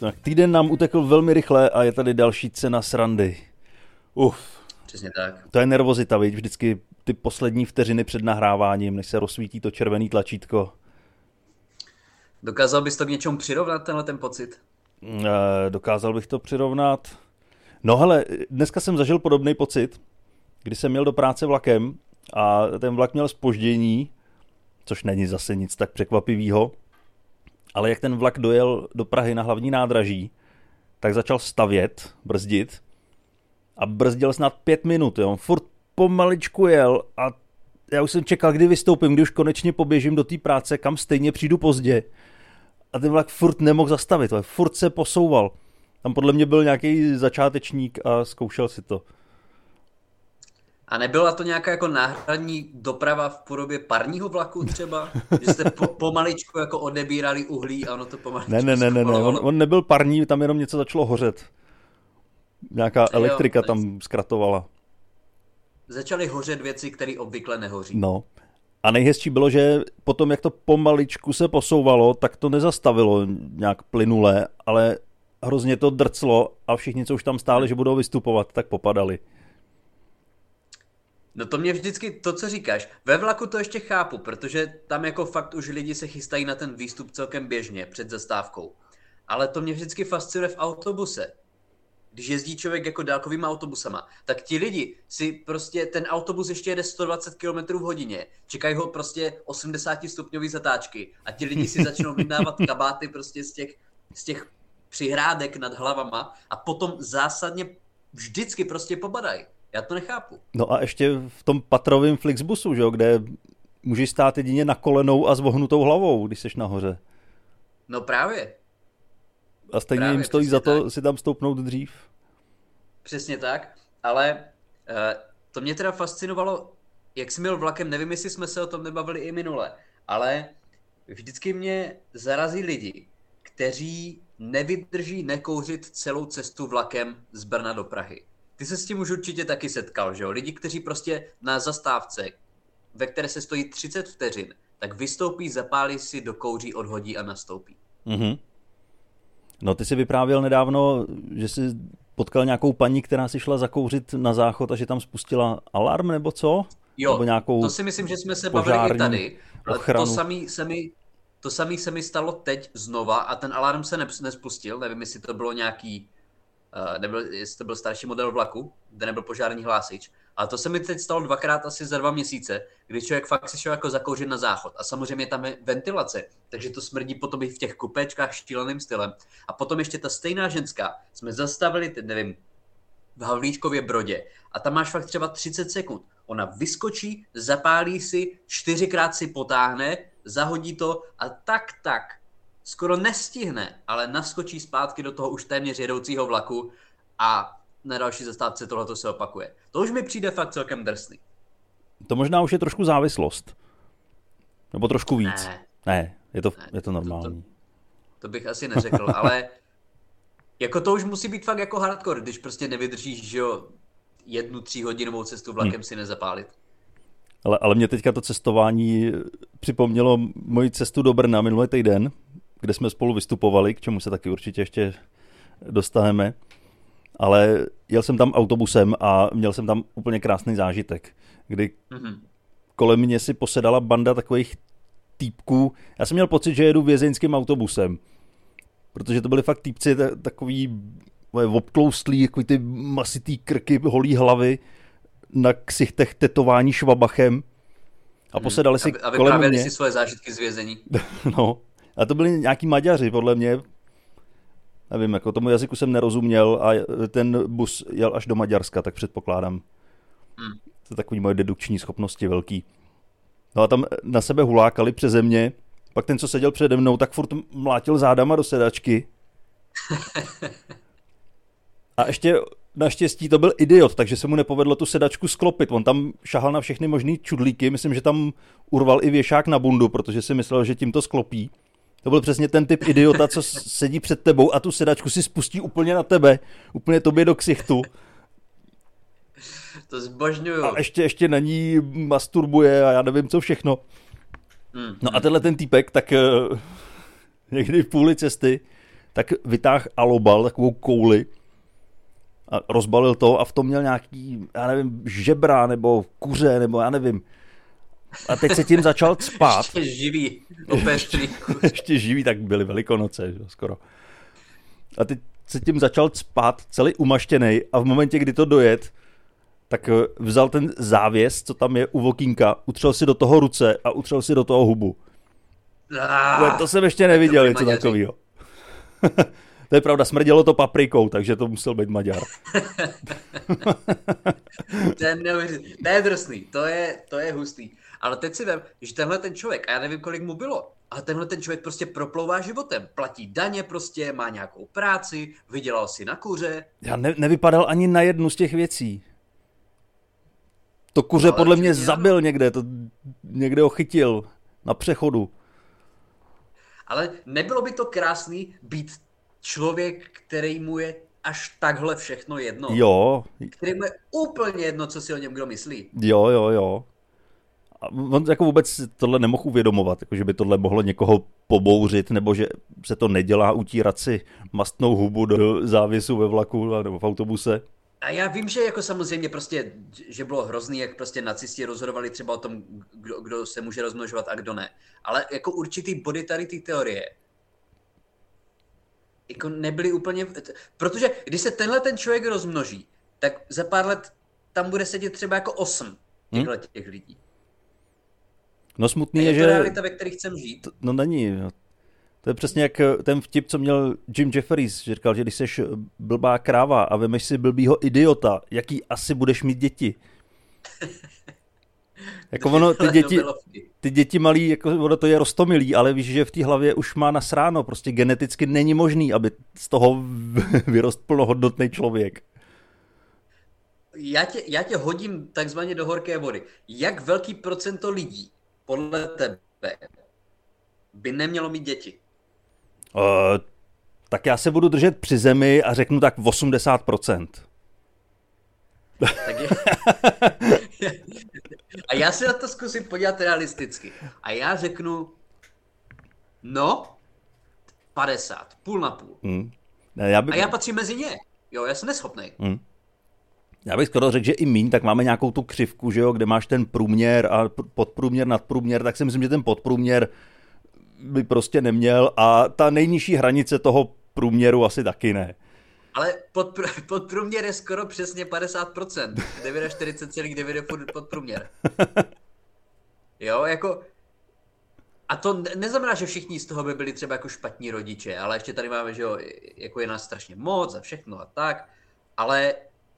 Tak týden nám utekl velmi rychle a je tady další cena srandy. Přesně tak. To je nervozita, viď? Vždycky ty poslední vteřiny před nahráváním, než se rozsvítí to červený tlačítko. Dokázal bys to k něčemu přirovnat, tenhle ten pocit? Dokázal bych to přirovnat. No hele, dneska jsem zažil podobný pocit, kdy jsem měl do práce vlakem a ten vlak měl zpoždění, což není zase nic tak překvapivého, ale jak ten vlak dojel do Prahy na hlavní nádraží, tak začal stavět, brzdit a brzdil snad 5 minut. Jo. Furt pomaličku jel a já už jsem čekal, kdy vystoupím, kdy už konečně poběžím do té práce, kam stejně přijdu pozdě. A ten vlak furt nemohl zastavit, ale furt se posouval. Tam podle mě byl nějaký začátečník a zkoušel si to. A nebyla to nějaká jako náhradní doprava v podobě parního vlaku třeba? Že jste pomaličku jako odebírali uhlí a ono to pomaličku Ne. On nebyl parní, tam jenom něco začalo hořet. Nějaká elektrika tam zkratovala. Začaly hořet věci, které obvykle nehoří. No. A nejhezčí bylo, že potom, jak to pomaličku se posouvalo, tak to nezastavilo nějak plynule, ale hrozně to drclo a všichni, co už tam stáli, že budou vystupovat, tak popadali. No to mě vždycky, to co říkáš, ve vlaku to ještě chápu, protože tam jako fakt už lidi se chystají na ten výstup celkem běžně před zastávkou. Ale to mě vždycky fascinuje v autobuse. Když jezdí člověk jako dálkovýma autobusama, tak ti lidi si prostě, ten autobus ještě jede 120 km v hodině, čekají ho prostě 80 stupňový zatáčky a ti lidi si začnou vydávat kabáty prostě z těch přihrádek nad hlavama a potom zásadně vždycky prostě pobadají. Já to nechápu. No a ještě v tom patrovém Flixbusu, že jo, kde můžeš stát jedině na kolenou a s vohnutou hlavou, když seš nahoře. No právě. A stejně jim stojí za to si tam stoupnout dřív. Přesně tak, ale to mě teda fascinovalo, jak jsi měl vlakem, nevím, jestli jsme se o tom nebavili i minule, ale vždycky mě zarazí lidi, kteří nevydrží nekouřit celou cestu vlakem z Brna do Prahy. Ty se s tím už určitě taky setkal, že jo? Lidi, kteří prostě na zastávce, ve které se stojí 30 vteřin, tak vystoupí, zapálí si, dokouří, odhodí a nastoupí. Mhm. No ty jsi vyprávěl nedávno, že jsi potkal nějakou paní, která si šla zakouřit na záchod a že tam spustila alarm nebo co? Jo, nebo nějakou to si myslím, že jsme se bavili i tady. Ochranu. To samý se mi stalo teď znova a ten alarm se nespustil. Nevím, jestli to bylo nějaký, jestli to byl starší model vlaku, kde nebyl požární hlásič. Ale to se mi teď stalo dvakrát asi za 2 měsíce, kdy člověk fakt si šel jako zakouřit na záchod. A samozřejmě tam je ventilace, takže to smrdí potom i v těch kupéčkách šíleným stylem. A potom ještě ta stejná ženská, jsme zastavili, nevím, v Havlíčkově Brodě. A tam máš fakt třeba 30 sekund. Ona vyskočí, zapálí si, 4krát si potáhne, zahodí to a tak skoro nestihne, ale naskočí zpátky do toho už téměř jedoucího vlaku a na další zastávce tohleto se opakuje. To už mi přijde fakt celkem drsný. To možná už je trošku závislost. Nebo trošku víc. Ne, je to normální. To bych asi neřekl, ale jako to už musí být fakt jako hardcore, když prostě nevydržíš, že jo, 1 3hodinovou cestu vlakem si nezapálit. Ale mě teďka to cestování připomnělo moji cestu do Brna minulý týden, kde jsme spolu vystupovali, k čemu se taky určitě ještě dostaneme. Ale jel jsem tam autobusem a měl jsem tam úplně krásný zážitek, kdy kolem mě si posedala banda takových týpků. Já jsem měl pocit, že jedu vězeňským autobusem, protože to byli fakt týpci takový obtloustlí, takový ty masitý krky, holí hlavy, na ksichtech tetování švabachem a posedali si a kolem mě. si svoje zážitky z vězení. No, a to byli nějaký Maďaři, podle mě. Nevím, jako tomu jazyku jsem nerozuměl a ten bus jel až do Maďarska, tak předpokládám. To je takový moje dedukční schopnosti velký. No a tam na sebe hulákali přeze mě, pak ten, co seděl přede mnou, tak furt mlátil zádama do sedačky. A ještě naštěstí to byl idiot, takže se mu nepovedlo tu sedačku sklopit. On tam šahal na všechny možný čudlíky, myslím, že tam urval i věšák na bundu, protože si myslel, že tím to sklopí. To byl přesně ten typ idiota, co sedí před tebou a tu sedačku si spustí úplně na tebe, úplně tobě do ksichtu. To zbožňuju. A ještě na ní masturbuje a já nevím co všechno. No a tenhle ten týpek, tak někdy v půli cesty tak vytáhl alobal, takovou kouli a rozbalil to a v tom měl nějaký, já nevím, žebra nebo kuře, nebo já nevím. A teď se tím začal cpát. Ještě živý, opěstný. Ještě živý, tak byly Velikonoce, že, skoro. A teď se tím začal cpát, celý umaštěnej a v momentě, kdy to dojet, tak vzal ten závěs, co tam je u okýnka, utřel si do toho ruce a utřel si do toho hubu. To jsem ještě neviděl, něco takového. To je pravda, smrdělo to paprikou, takže to musel být Maďar. To je drsný, to je hustý. Ale teď si vem, že tenhle ten člověk, a já nevím, kolik mu bylo, ale tenhle ten člověk prostě proplouvá životem. Platí daně prostě, má nějakou práci, vydělal si na kuře. Já nevypadal ani na jednu z těch věcí. To kuře no, podle mě zabil někde, to někde ho chytil na přechodu. Ale nebylo by to krásný být člověk, který mu je až takhle všechno jedno. Jo. Který mu je úplně jedno, co si o něm kdo myslí. Jo. A on jako vůbec tohle nemohl uvědomovat, jako že by tohle mohlo někoho pobouřit, nebo že se to nedělá utírat si mastnou hubu do závěsu ve vlaku nebo v autobuse. A já vím, že jako samozřejmě prostě, že bylo hrozný, jak prostě nacisti rozhodovali třeba o tom, kdo se může rozmnožovat a kdo ne. Ale jako určitý body tady ty teorie jako nebyly úplně... Protože když se tenhle ten člověk rozmnoží, tak za pár let tam bude sedět třeba jako 8 těch lidí. No smutný je, že... Je to realita, ve které chcem žít. No není. To je přesně jak ten vtip, co měl Jim Jefferies, že říkal, že když seš blbá kráva a vemeš si blbýho idiota, jaký asi budeš mít děti. Jako ono, ty děti malý, jako ono to je roztomilý, ale víš, že v té hlavě už má nasráno, prostě geneticky není možný, aby z toho vyrost plnohodnotný člověk. Já tě hodím takzvaně do horké vody. Jak velký procento lidí podle tebe by nemělo mít děti? Tak já se budu držet při zemi a řeknu tak 80%. Tak je... A já se na to zkusím podívat realisticky. A já řeknu, 50, půl na půl. A já patřím mezi ně. Jo, já jsem neschopnej. Já bych skoro řekl, že i míň, tak máme nějakou tu křivku, že jo, kde máš ten průměr a podprůměr, nadprůměr, tak si myslím, že ten podprůměr by prostě neměl a ta nejnižší hranice toho průměru asi taky ne. Ale podprůměr je skoro přesně 50%. 49,9 je podprůměr. Jo, jako... A to neznamená, že všichni z toho by byli třeba jako špatní rodiče, ale ještě tady máme, že jo, jako je nás strašně moc a všechno a tak, ale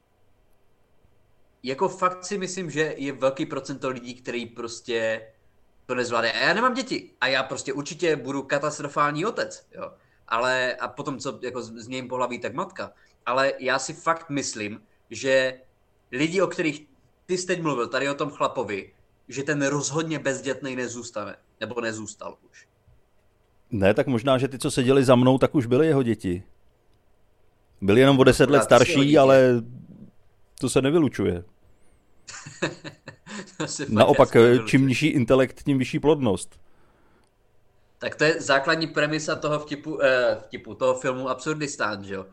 jako fakt si myslím, že je velký procento lidí, který prostě to nezvládne. A já nemám děti a já prostě určitě budu katastrofální otec, jo. Ale a potom, co jako změním pohlaví, tak matka. Ale já si fakt myslím, že lidi, o kterých ty jsi teď mluvil, tady o tom chlapovi, že ten rozhodně bezdětnej nezůstane. Nebo nezůstal už. Ne, tak možná, že ty, co seděli za mnou, tak už byly jeho děti. Byli jenom o 10 let starší, ale to se nevylučuje. Naopak, čím nižší intelekt, tím vyšší plodnost. Tak to je základní premisa toho vtipu toho filmu Absurdistán, že jo?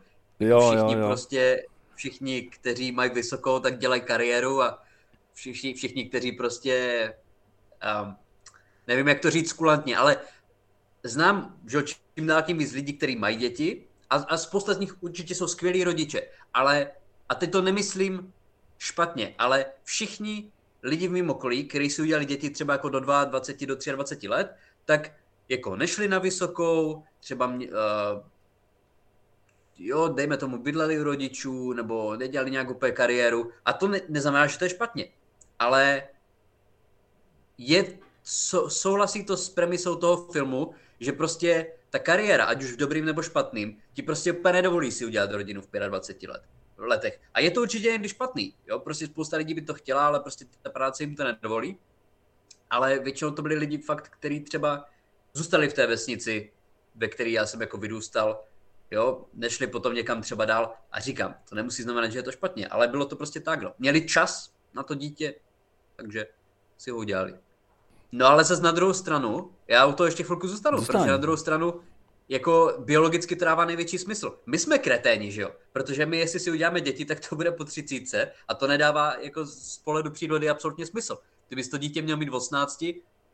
Všichni, kteří mají vysokou, tak dělají kariéru a všichni, kteří prostě, nevím, jak to říct kulantně, ale znám, že čím dál tím víc lidí, kteří mají děti a spousta z nich určitě jsou skvělí rodiče, ale, a teď to nemyslím špatně, ale všichni lidi v mým okolí, kteří si udělali děti třeba jako do 22, do 23 let, tak jako nešli na vysokou, třeba dejme tomu, bydleli u rodičů, nebo nedělali nějakou úplně kariéru. A to neznamená, že to je špatně. Ale souhlasí to s premisou toho filmu, že prostě ta kariéra, ať už v dobrým nebo špatným, ti prostě úplně nedovolí si udělat rodinu v 25 letech. A je to určitě jen špatný. Jo? Prostě spousta lidí by to chtěla, ale prostě ta práce jim to nedovolí. Ale většinou to byli lidi fakt, kteří třeba zůstali v té vesnici, ve které já jsem jako vyrůstal, jo, nešli potom někam třeba dál a říkám, to nemusí znamenat, že je to špatně, ale bylo to prostě takhle. Měli čas na to dítě, takže si ho udělali. No ale zase na druhou stranu, já u toho ještě chvilku zůstanu, protože na druhou stranu, jako biologicky to dává největší smysl. My jsme kreténi, že jo? Protože my, jestli si uděláme děti, tak to bude po 30 a to nedává jako z pohledu přírody absolutně smysl. Ty bys to dítě měl mít v 18,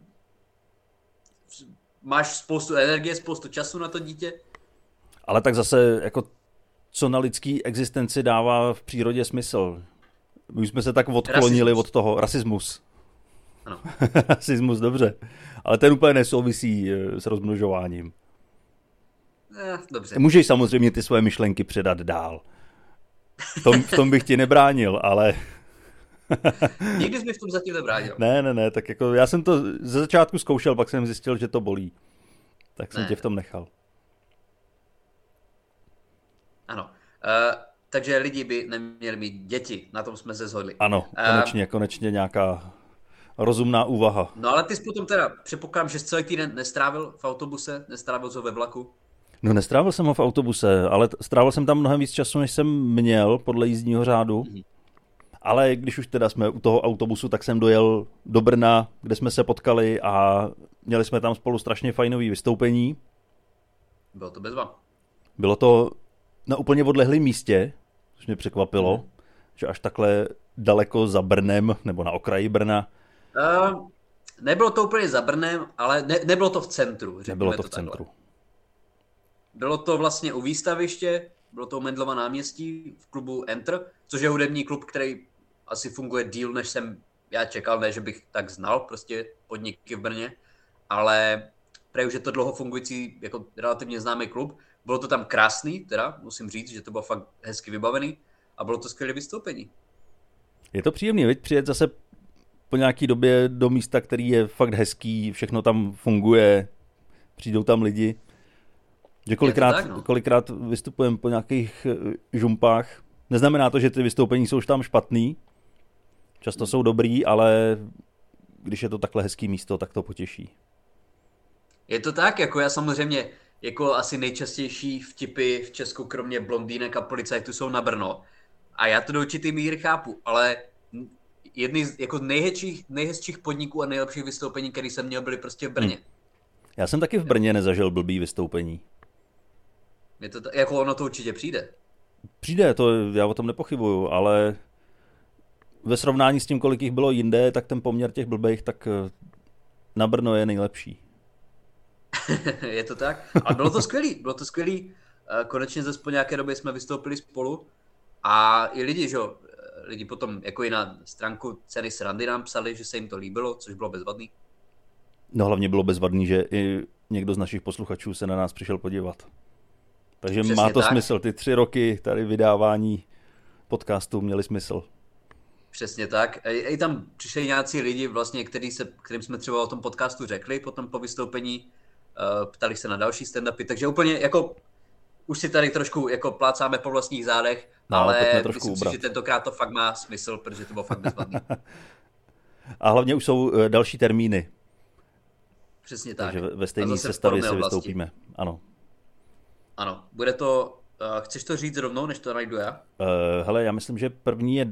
máš spoustu energie, spoustu času na to dítě. Ale tak zase, jako co na lidský existenci dává v přírodě smysl? My už jsme se tak odklonili od toho. Rasismus. Ano. Rasismus, dobře. Ale ten úplně nesouvisí s rozmnožováním. Dobře. Můžeš samozřejmě ty své myšlenky předat dál. V tom bych ti nebránil, ale... Nikdy jsi mi v tom zatím nebránil. Ne, tak jako já jsem to ze začátku zkoušel, pak jsem zjistil, že to bolí. Tak jsem tě v tom nechal. Ano. Takže lidi by neměli mít děti, na tom jsme se shodli. Ano, konečně nějaká rozumná úvaha. No ale ty jsi potom teda, předpokládám, že jsi celý týden nestrávil v autobuse, nestrávil ho ve vlaku? No nestrávil jsem ho v autobuse, ale strávil jsem tam mnohem víc času, než jsem měl podle jízdního řádu. Ale když už teda jsme u toho autobusu, tak jsem dojel do Brna, kde jsme se potkali a měli jsme tam spolu strašně fajnový vystoupení. Bylo to bezva. Bylo to na úplně odlehlém místě, což mě překvapilo, že až takhle daleko za Brnem, nebo na okraji Brna. Nebylo to úplně za Brnem, ale nebylo to v centru. Nebylo to v centru. Bylo to vlastně u výstaviště, bylo to u Mendlova náměstí v klubu Enter, což je hudební klub, který asi funguje díl, než jsem já čekal, ne, že bych tak znal prostě podniky v Brně, ale prej už je to dlouho fungující, jako relativně známý klub. Bylo to tam krásný, teda musím říct, že to bylo fakt hezky vybavený a bylo to skvělé vystoupení. Je to příjemný, veď přijet zase po nějaký době do místa, který je fakt hezký, všechno tam funguje, přijdou tam lidi. Že kolikrát vystupujeme po nějakých žumpách. Neznamená to, že ty vystoupení jsou už tam špatný. Často jsou dobrý, ale když je to takhle hezký místo, tak to potěší. Je to tak, jako já samozřejmě, jako asi nejčastější vtipy v Česku, kromě blondýnek a policajtů, jsou na Brno. A já to do určitý míry chápu, ale jedny z jako nejhezčích podniků a nejlepších vystoupení, které jsem měl, byly prostě v Brně. Já jsem taky v Brně nezažil blbý vystoupení. Je to jako ono to určitě přijde. Přijde, to já o tom nepochybuju, ale ve srovnání s tím, kolik jich bylo jinde, tak ten poměr těch blbých, tak na Brno je nejlepší. Je to tak? Ale bylo to skvělý. Konečně zase po nějaké době jsme vystoupili spolu a i lidi, že jo, lidi potom jako i na stránku Ceny srandy nám psali, že se jim to líbilo, což bylo bezvadný. No hlavně bylo bezvadný, že i někdo z našich posluchačů se na nás přišel podívat. Takže přesně má to smysl. Ty 3 roky tady vydávání podcastů měly smysl. Přesně tak. I tam přišli nějací lidi, vlastně, kterým jsme třeba o tom podcastu řekli potom po vystoupení, ptali se na další stand-upy, takže úplně jako už si tady trošku jako plácáme po vlastních zádech, ale myslím si, že tentokrát to fakt má smysl, protože to bylo fakt bezvadný. A hlavně už jsou další termíny. Přesně tak. Takže ve stejné sestavě si vystoupíme. Ano. Ano, bude to, chceš to říct rovnou, než to najdu já? Hele, já myslím, že první je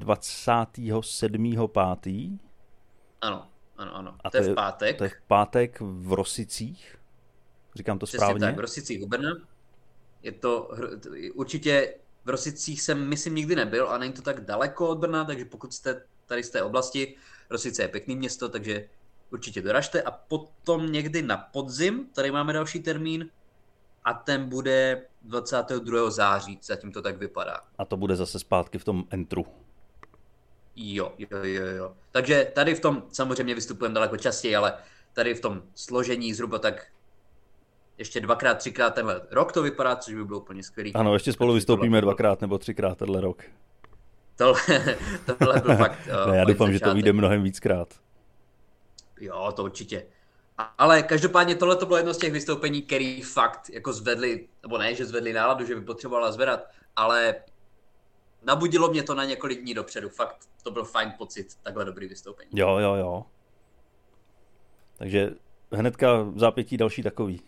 27.5. Ano. A to je v pátek. To je v pátek v Rosicích. Říkám to správně? Přesně tak, v Rosicích u Brna. Je to určitě v Rosicích jsem, myslím, nikdy nebyl a není to tak daleko od Brna, takže pokud jste tady z té oblasti, Rosice je pekný město, takže určitě doražte. A potom někdy na podzim, tady máme další termín, a ten bude 22. září, zatím to tak vypadá. A to bude zase zpátky v tom Entru. Jo. Takže tady v tom samozřejmě vystupujeme daleko častěji, ale tady v tom složení zhruba tak ještě 2x, 3x tenhle rok to vypadá, což by bylo úplně skvělý. Ano, ještě spolu vystoupíme 2x nebo 3x tenhle rok. Tohle byl fakt... Ne, já doufám, že to vyjde mnohem víckrát. Jo, to určitě. Ale každopádně tohle to bylo jedno z těch vystoupení, který fakt jako zvedli, nebo ne, že zvedli náladu, že by potřebovala zvedat, ale nabudilo mě to na několik dní dopředu. Fakt to byl fajn pocit, takhle dobrý vystoupení. Jo. Takže hnedka v zápětí další takový.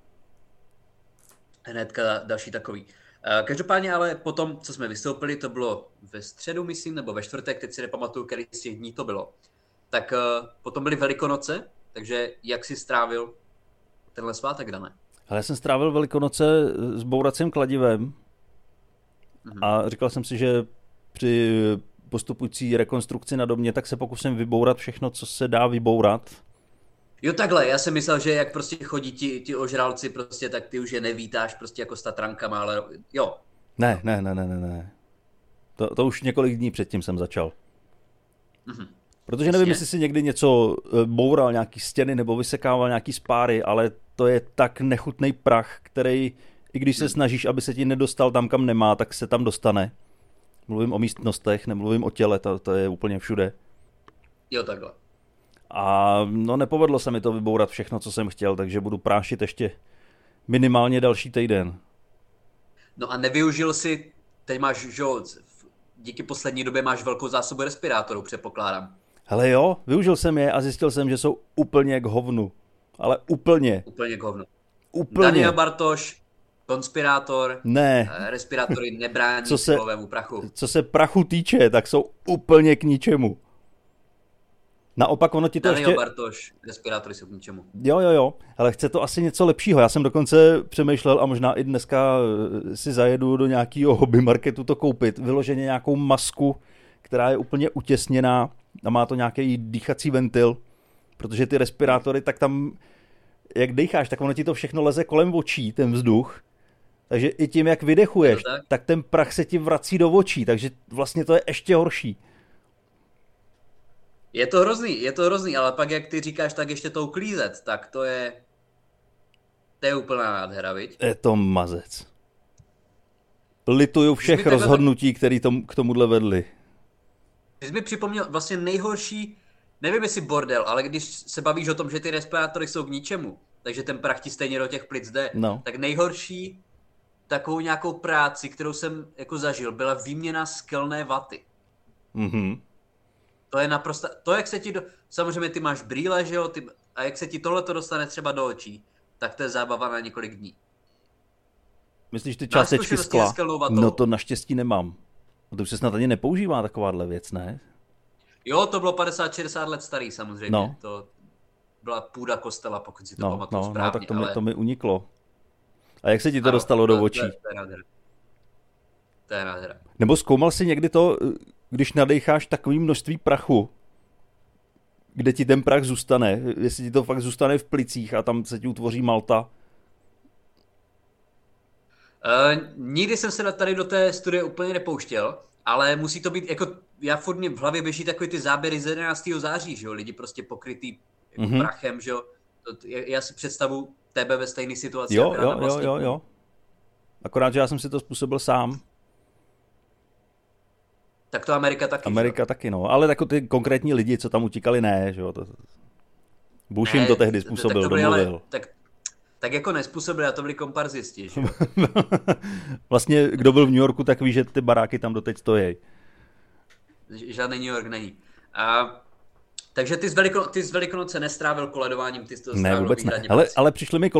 Každopádně ale potom, co jsme vystoupili, to bylo ve středu, myslím, nebo ve čtvrtek, teď si nepamatuju, který z těch dní to bylo. Tak potom byly Velikonoce, takže jak jsi strávil tenhle svátek, Dané? Ale já jsem strávil Velikonoce s bouracím kladivem a říkal jsem si, že při postupující rekonstrukci na domě, tak se pokusím vybourat všechno, co se dá vybourat. Jo takhle, já jsem myslel, že jak prostě chodí ti ožralci prostě, tak ty už je nevítáš prostě jako s tatrankama, ale jo. Ne. To už několik dní předtím jsem začal. Mhm. Protože nevím, jestli si někdy něco boural, nějaký stěny nebo vysekával nějaký spáry, ale to je tak nechutný prach, který, i když se snažíš, aby se ti nedostal tam, kam nemá, tak se tam dostane. Mluvím o místnostech, nemluvím o těle, to je úplně všude. Jo, takhle. A no nepovedlo se mi to vybourat všechno, co jsem chtěl, takže budu prášit ještě minimálně další týden. No a nevyužil si, teď máš, že díky poslední době máš velkou zásobu respirátorů, předpokládám. Hele jo, využil jsem je a zjistil jsem, že jsou úplně k hovnu. Ale úplně. Úplně k hovnu. Úplně. Daniel Bartoš, konspirátor, ne. Respirátory nebrání silovému prachu. Co se prachu týče, tak jsou úplně k ničemu. Naopak ono ti to Daniel ještě... Bartoš, respirátory jsou k ničemu. Jo, ale chce to asi něco lepšího. Já jsem dokonce přemýšlel a možná i dneska si zajedu do nějakého hobby marketu to koupit. Vyloženě nějakou masku, která je úplně utěsněná a má to nějaký dýchací ventil, protože ty respirátory, tak tam, jak dýcháš, tak ono ti to všechno leze kolem očí, ten vzduch. Takže i tím, jak vydechuješ, tak ten prach se ti vrací do očí, takže vlastně to je ještě horší. Je to hrozný, ale pak jak ty říkáš, tak ještě to uklízet, tak to je úplná nádhera, viď? Je to mazec. Lituju všech rozhodnutí, které k tomuhle vedly. Ty jsi mi připomněl vlastně nejhorší, nevím jestli bordel, ale když se bavíš o tom, že ty respirátory jsou k ničemu, takže ten prach ti stejně do těch plic jde, tak nejhorší takovou nějakou práci, kterou jsem jako zažil, byla výměna skelné vaty. Mhm. To je naprosto, to jak se ti samozřejmě ty máš brýle, že jo, a jak se ti tohleto dostane třeba do očí, tak to je zábava na několik dní. Myslíš ty částečky skla? No to naštěstí nemám. To už se snad ani nepoužívá takováhle věc, ne? Jo, to bylo 50-60 let starý samozřejmě. No. To byla půda kostela, pokud si to pamatuju správně. No, tak to mi uniklo. A jak se ti to dostalo do očí? To je nádhera. Nebo zkoumal jsi někdy to, když nadecháš takový množství prachu, kde ti ten prach zůstane, jestli ti to fakt zůstane v plicích a tam se ti utvoří malta? Nikdy jsem se tady do té studie úplně nepouštěl, ale musí to být, jako já furt mě v hlavě běží takový ty záběry z 11. září, že jo, lidi prostě pokrytý jako prachem, že jo. Já si představu tebe ve stejné situaci. Jo. Akorát, že já jsem si to způsobil sám. Tak to Amerika taky. Amerika taky, no. Ale jako ty konkrétní lidi, co tam utíkali, ne, že jo. Bush jim to tehdy způsobil, tak domluvil. Tak jako nespůsobil, a to byli komparzisti, že jo. Vlastně, kdo byl v New Yorku, tak ví, že ty baráky tam doteď stojí. Žádný New York není. Takže ty z Velikonoce nestrávil koledováním, ty jsi to strávil. Ne, vůbec ne. Ale přišli mi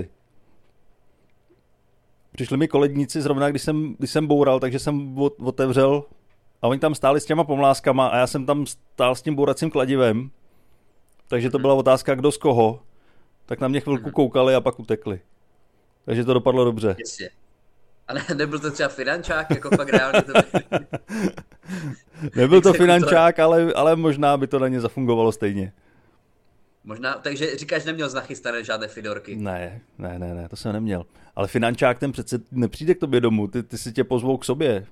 koledníci zrovna, když jsem boural, takže jsem otevřel a oni tam stáli s těma pomlázkama a já jsem tam stál s tím bouracím kladivem. Takže to byla otázka, kdo z koho. Tak na mě chvilku koukali a pak utekli. Takže to dopadlo dobře. Jasně. A nebyl to třeba finančák, jako fakt reálně to Nebyl to finančák, ale možná by to na ně zafungovalo stejně. Možná, takže říkáš, neměl nachystané žádné fidorky. Ne, to jsem neměl. Ale finančák ten přece nepřijde k tobě domů, ty si tě pozvou k sobě.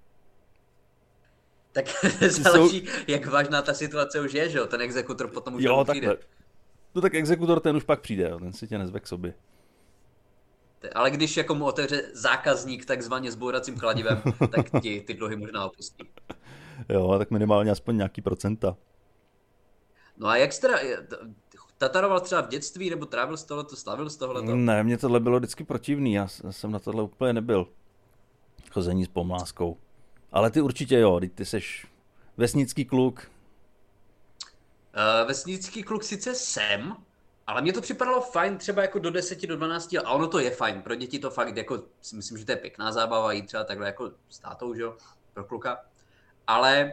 Tak záleží, jak vážná ta situace už je, že jo? Ten exekutor potom už přijde. Takhle. No tak exekutor ten už pak přijde, ten si tě nezve k sobě. Ale když jako mu otevře zákazník takzvaně s bouracím kladivem, tak ti ty dluhy možná opustí. Jo, tak minimálně aspoň nějaký procenta. No a jak jsi teda, tataroval třeba v dětství, nebo trávil z tohleto, slavil z tohleto? Ne, mně tohle bylo vždycky protivný, já jsem na tohle úplně nebyl. Chození s pomláskou. Ale ty určitě jo, ty seš vesnický kluk. Vesnický kluk sice jsem, ale mně to připadalo fajn třeba jako do 10, do 12 let. A ono to je fajn, pro děti to fakt jako, si myslím, že to je pěkná zábava jít třeba takhle jako s tátou, že jo, pro kluka. Ale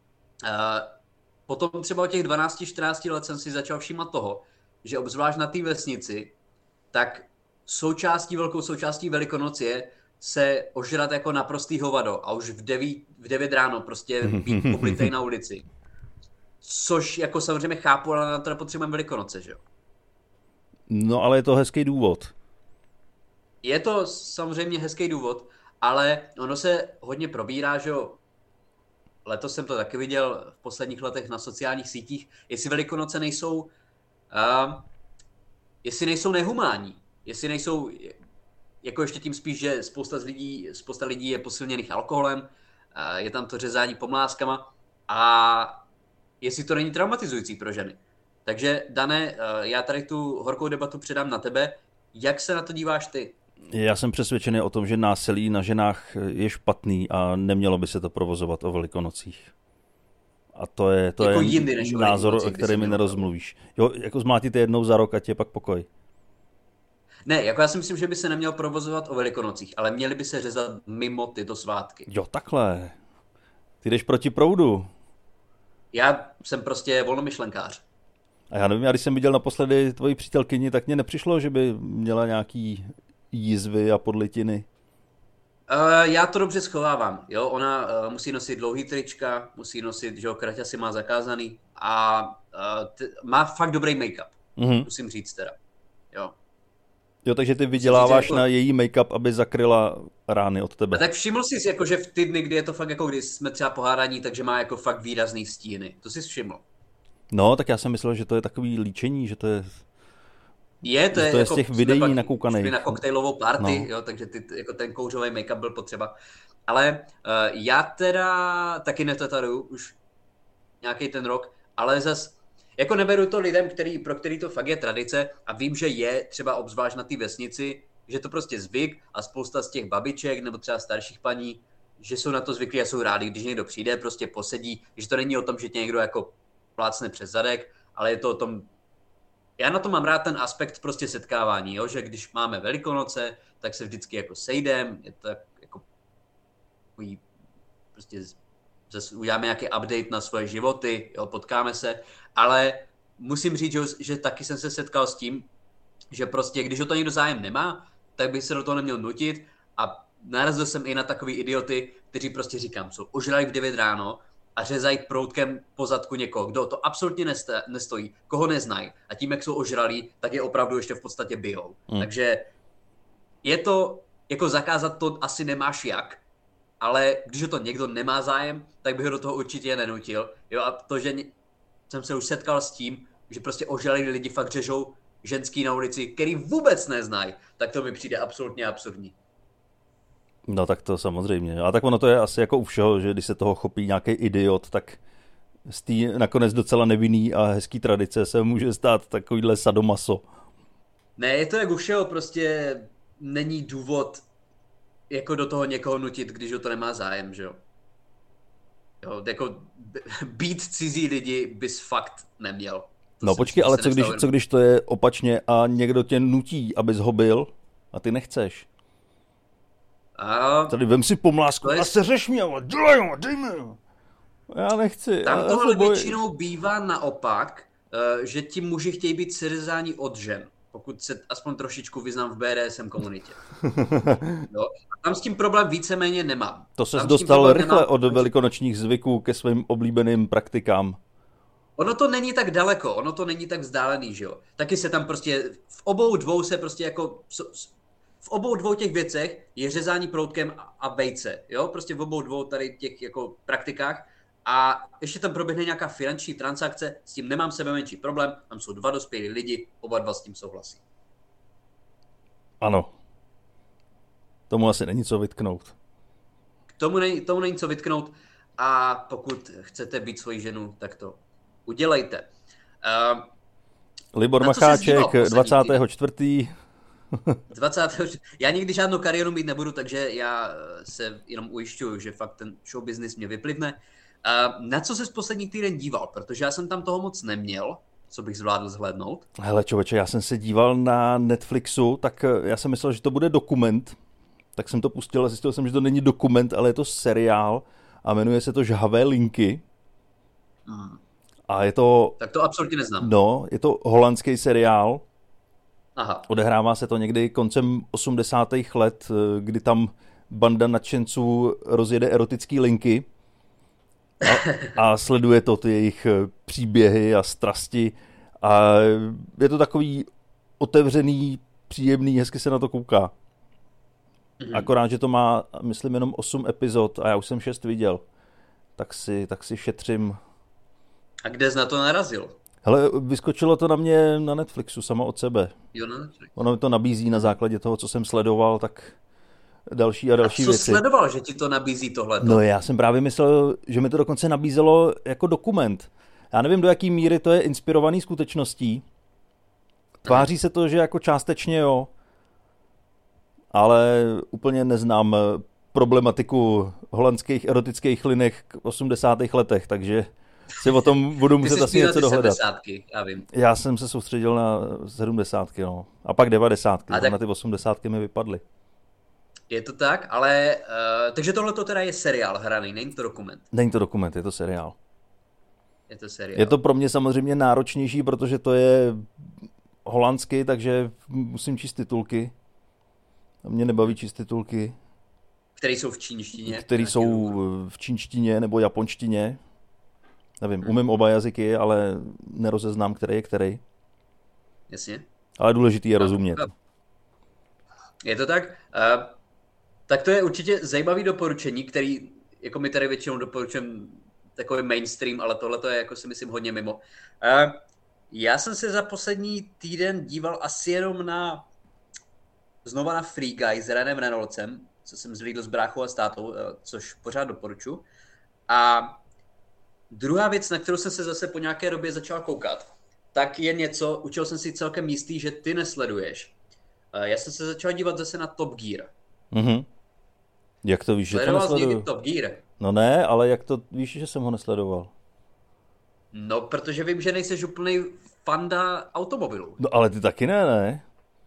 potom třeba od těch 12-14 let jsem si začal všímat toho, že obzvlášť na té vesnici, tak velkou součástí Velikonoc je se ožrat jako naprostý hovado a už v 9 ráno prostě být poblitej na ulici. Což jako samozřejmě chápu, ale na to nepotřebujeme Velikonoce, že jo? No ale je to hezký důvod. Je to samozřejmě hezký důvod, ale ono se hodně probírá, že jo? Letos jsem to taky viděl v posledních letech na sociálních sítích, jestli Velikonoce nejsou nehumánní, jestli nejsou, jako ještě tím spíš, že spousta lidí je posilněných alkoholem, je tam to řezání pomlázkama a jestli to není traumatizující pro ženy. Takže Dane, já tady tu horkou debatu předám na tebe. Jak se na to díváš ty? Já jsem přesvědčený o tom, že násilí na ženách je špatný a nemělo by se to provozovat o Velikonocích. A to je jindy než názor, který mi nerozmluvíš. Jo, jako zmátíte jednou za rok a tě pak pokoj. Ne, jako já si myslím, že by se neměl provozovat o Velikonocích, ale měli by se řezat mimo tyto svátky. Jo, takhle. Ty jdeš proti proudu. Já jsem prostě volnomyšlenkář. A já nevím, já když jsem viděl naposledy tvoji přítelkyni, tak mně nepřišlo, že by měla nějaký jízvy a podlitiny. Já to dobře schovávám. Jo? Ona musí nosit dlouhý trička, musí nosit, že jo, kraťasy má zakázaný a má fakt dobrý make-up. Musím říct teda. Jo, takže ty vyděláváš na její make-up, aby zakryla rány od tebe. A tak všiml jsi, jako, že v ty dny, kdy je to fakt jako, když jsme třeba pohádaní, takže má jako fakt výrazný stíny. To jsi všiml. No, tak já jsem myslel, že to je takový líčení, že to je... To je jako z těch videí nakoukaných. Šli na koktejlovou party, jo, takže jako ten kouřový make-up byl potřeba. Ale já teda taky netataruju už nějaký ten rok, ale zas jako neberu to lidem, pro který to fakt je tradice a vím, že je třeba obzvlášť na té vesnici, že to prostě zvyk a spousta z těch babiček nebo třeba starších paní, že jsou na to zvyklí a jsou rádi, když někdo přijde, prostě posedí, že to není o tom, že tě někdo jako plácne přes zadek, ale je to o tom, já na to mám rád ten aspekt prostě setkávání, jo? Že když máme Velikonoce, tak se vždycky jako sejdem, je to jako prostě zase uděláme nějaký update na svoje životy, jo? Potkáme se, ale musím říct, že taky jsem se setkal s tím, že prostě když o to někdo zájem nemá, tak bych se do toho neměl nutit a narazil jsem i na takový idioty, kteří prostě říkám, jsou ožralí v 9 ráno a řezají proutkem po zadku někoho, kdo to absolutně nestojí, koho neznají. A tím, jak jsou ožralí, tak je opravdu ještě v podstatě bijou. Takže je to, jako zakázat to asi nemáš jak, ale když o to někdo nemá zájem, tak bych ho do toho určitě nenutil. Jo, a to, že jsem se už setkal s tím, že prostě ožralí lidi fakt řežou ženský na ulici, který vůbec neznají, tak to mi přijde absolutně absurdní. No tak to samozřejmě. A tak ono to je asi jako u všeho, že když se toho chopí nějaký idiot, tak z té nakonec docela nevinný a hezký tradice se může stát takovýhle sadomaso. Ne, je to jak u všeho, prostě není důvod jako do toho někoho nutit, když o to nemá zájem, že jo. Jo, jako být cizí lidi bys fakt neměl. No počkej, ale co když to je opačně a někdo tě nutí, abys ho byl a ty nechceš? Tady vem si pomlásku a seřeš mě, dej mi. Já nechci. Tam tohle většinou bývá naopak, že ti muži chtějí být seřezáni od žen, pokud se aspoň trošičku vyznám v BDSM komunitě. Jo? Tam s tím problém víceméně nemám. To ses dostal rychle od velikonočních zvyků ke svým oblíbeným praktikám. Ono to není tak daleko, ono to není tak vzdálený, že jo. Taky se tam prostě, v obou dvou se prostě jako, v obou dvou těch věcech je řezání proutkem a vejce, jo. Prostě v obou dvou tady těch jako praktikách a ještě tam proběhne nějaká finanční transakce, s tím nemám sebe menší problém, tam jsou dva dospělí lidi, oba dva s tím souhlasí. Ano. Tomu asi není co vytknout. Tomu není co vytknout a pokud chcete být svoji ženu, tak to udělejte. Libor Macháček, 24. 20. Já nikdy žádnou kariéru mít nebudu, takže já se jenom ujišťuju, že fakt ten show business mě vyplivne. Na co ses poslední týden díval? Protože já jsem tam toho moc neměl, co bych zvládl zhlédnout. Hele člověče, já jsem se díval na Netflixu, tak já jsem myslel, že to bude dokument, tak jsem to pustil a zjistil jsem, že to není dokument, ale je to seriál a jmenuje se to Žhavé linky. A je to... Tak to absolutně neznám. No, je to holandský seriál. Aha. Odehrává se to někdy koncem 80. let, kdy tam banda nadšenců rozjede erotický linky a sleduje to ty jejich příběhy a strasti. A je to takový otevřený, příjemný, hezky se na to kouká. Akorát, že to má, myslím, jenom 8 epizod a já už jsem 6 viděl. Tak si šetřím. A kde jsi na to narazil? Hele, vyskočilo to na mě na Netflixu samo od sebe. Jo, na Netflixu. Ono mi to nabízí na základě toho, co jsem sledoval, tak další a další věci. A co věci. sledoval, že ti to nabízí tohleto? No já jsem právě myslel, že mi to dokonce nabízelo jako dokument. Já nevím, do jaký míry to je inspirovaný skutečností. Tváří se to, že jako částečně jo, ale úplně neznám problematiku holandských erotických linek v 80. letech, takže si o tom budu muset asi něco dohledat. 70, já vím. Já jsem se soustředil na 70, no. A pak 90, tak... na ty 80 mi vypadly. Je to tak, ale takže tohle to teda je seriál hraný, není to dokument. Není to dokument, je to seriál. Je to seriál. Je to pro mě samozřejmě náročnější, protože to je holandsky, takže musím číst titulky. A mě nebaví číst titulky. Které jsou v čínštině. Které jsou v čínštině nebo japonštině. Nevím, umím oba jazyky, ale nerozeznám, který je který. Jasně. Ale důležitý je rozumět. Je to tak? Tak to je určitě zajímavý doporučení, který jako my tady většinou doporučujeme takový mainstream, ale tohle to je jako si myslím hodně mimo. Já jsem se za poslední týden díval asi jenom znova na Free Guy s Renem Reynoldsem, co jsem zhlídl s bráchou a s tátou, což pořád doporučuji. A druhá věc, na kterou jsem se zase po nějaké době začal koukat, tak je něco, učil jsem si celkem jistý, že ty nesleduješ. Já jsem se začal dívat zase na Top Gear. Mhm. Jak to víš, že to nesleduju? Top Gear? No ne, ale jak to víš, že jsem ho nesledoval? No, protože vím, že nejseš úplnej fanda automobilů. No ale ty taky ne?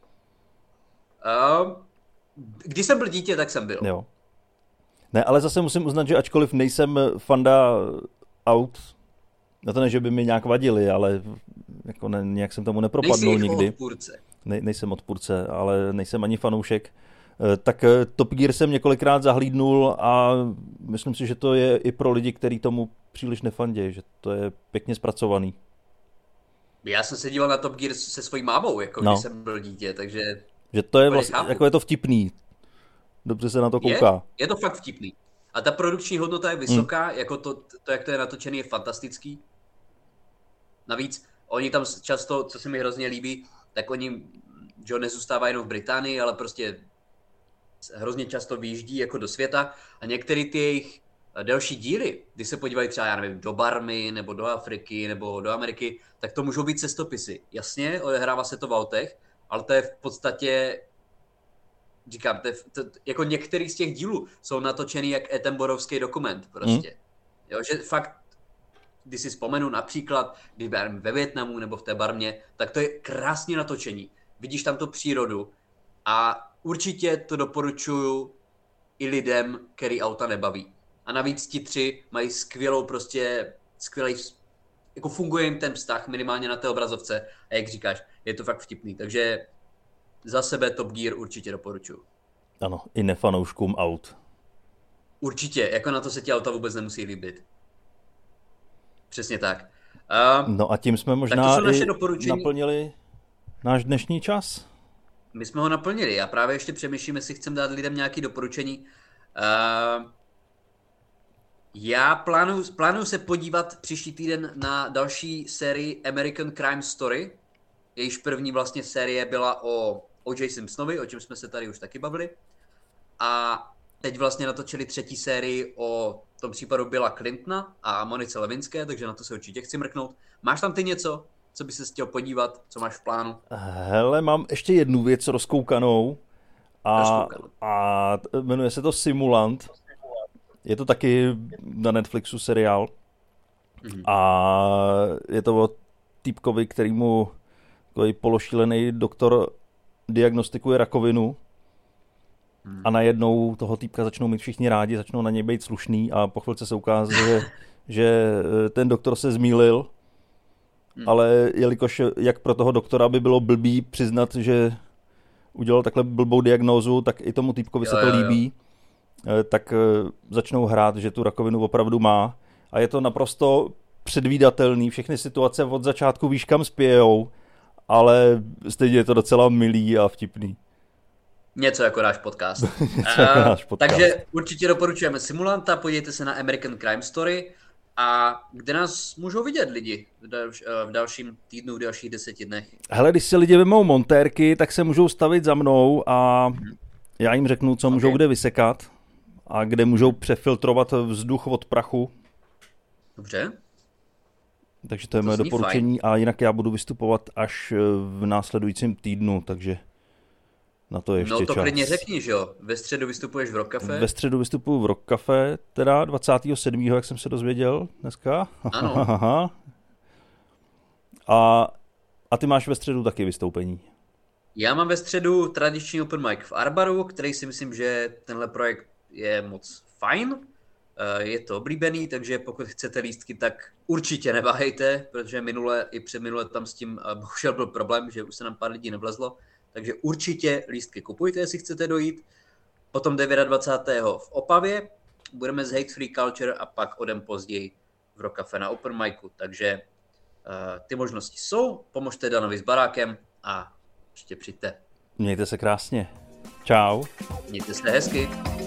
Když jsem byl dítě, tak jsem byl. Jo. Ne, ale zase musím uznat, že ačkoliv nejsem fanda aut, na to ne, že by mi nějak vadili, ale jako nějak jsem tomu nepropadnul nikdy. Odpůrce. Nejsem odpůrce, ale nejsem ani fanoušek. Tak Top Gear jsem několikrát zahlídnul a myslím si, že to je i pro lidi, kteří tomu příliš nefandějí, že to je pěkně zpracovaný. Já jsem se díval na Top Gear se svojí mámou, jako když jsem byl dítě, takže... Že to je vlastně, jako je to vtipný. Dobře se na to kouká. Je to fakt vtipný. A ta produkční hodnota je vysoká, jako to, jak to je natočený, je fantastický. Navíc, oni tam často, co se mi hrozně líbí, tak oni, že nezůstávají jenom v Británii, ale prostě hrozně často vyjíždí jako do světa a některé ty jejich delší díly, když se podívají třeba, já nevím, do Barmy, nebo do Afriky, nebo do Ameriky, tak to můžou být cestopisy. Jasně, odehrává se to v autech, ale to je v podstatě, říkám, jako některý z těch dílů jsou natočený jak Attenboroughský dokument prostě. Jo, že fakt, když si vzpomenu například, když byl ve Vietnamu nebo v té Barmě, tak to je krásně natočení. Vidíš tam tu přírodu a určitě to doporučuju i lidem, který auta nebaví. A navíc ti tři mají skvělý, jako funguje jim ten vztah minimálně na té obrazovce a jak říkáš, je to fakt vtipný. Takže za sebe Top Gear určitě doporučuju. Ano, i nefanouškům aut. Určitě, jako na to se ti auta vůbec nemusí líbit. Přesně tak. No a tím jsme možná i naplnili náš dnešní čas. My jsme ho naplnili. Já právě ještě přemýšlím, jestli chcem dát lidem nějaké doporučení. Já plánuju se podívat příští týden na další sérii American Crime Story. Jejíž první vlastně série byla o O.J. Simpsonovi, o čem jsme se tady už taky bavili. A teď vlastně natočili třetí sérii o tom případu Billa Clintona a Monice Levinské, takže na to se určitě chci mrknout. Máš tam ty něco, co by se chtěl podívat, co máš v plánu? Hele, mám ještě jednu věc rozkoukanou a jmenuje se to Simulant. Je to taky na Netflixu seriál. A je to o týpkovi, kterýmu takový pološílený doktor diagnostikuje rakovinu a najednou toho týpka začnou mít všichni rádi, začnou na něj být slušný a po chvilce se ukázalo, že ten doktor se zmýlil ale jelikož jak pro toho doktora by bylo blbý přiznat, že udělal takhle blbou diagnózu, tak i tomu týpkovi se to líbí, tak začnou hrát, že tu rakovinu opravdu má a je to naprosto předvídatelný, všechny situace od začátku víš kam spějou, ale stejně je to docela milý a vtipný. Něco jako náš podcast. Takže určitě doporučujeme Simulanta, podívejte se na American Crime Story a kde nás můžou vidět lidi v dalším týdnu, v dalších 10 dnech. Hele, když se lidi vemou montérky, tak se můžou stavit za mnou a já jim řeknu, co můžou kde vysekat a kde můžou přefiltrovat vzduch od prachu. Dobře. Takže to je moje doporučení fajn. A jinak já budu vystupovat až v následujícím týdnu, takže na to ještě čas. No to klidně řekni, že jo? Ve středu vystupuješ v Rock Café? Ve středu vystupuju v Rock Café, teda 27. jak jsem se dozvěděl dneska. Ano. A ty máš ve středu taky vystoupení. Já mám ve středu tradiční open mic v Arbaru, který si myslím, že tenhle projekt je moc fajn. Je to oblíbený, takže pokud chcete lístky, tak určitě neváhejte, protože minule i předminule tam s tím bohužel byl problém, že už se nám pár lidí nevlezlo. Takže určitě lístky kupujte, jestli chcete dojít. Potom 29. v Opavě budeme z Hate Free Culture a pak o den později v Rock Café na open micu. Takže ty možnosti jsou. Pomožte Danovi s barákem a určitě přijďte. Mějte se krásně. Čau. Mějte se hezky.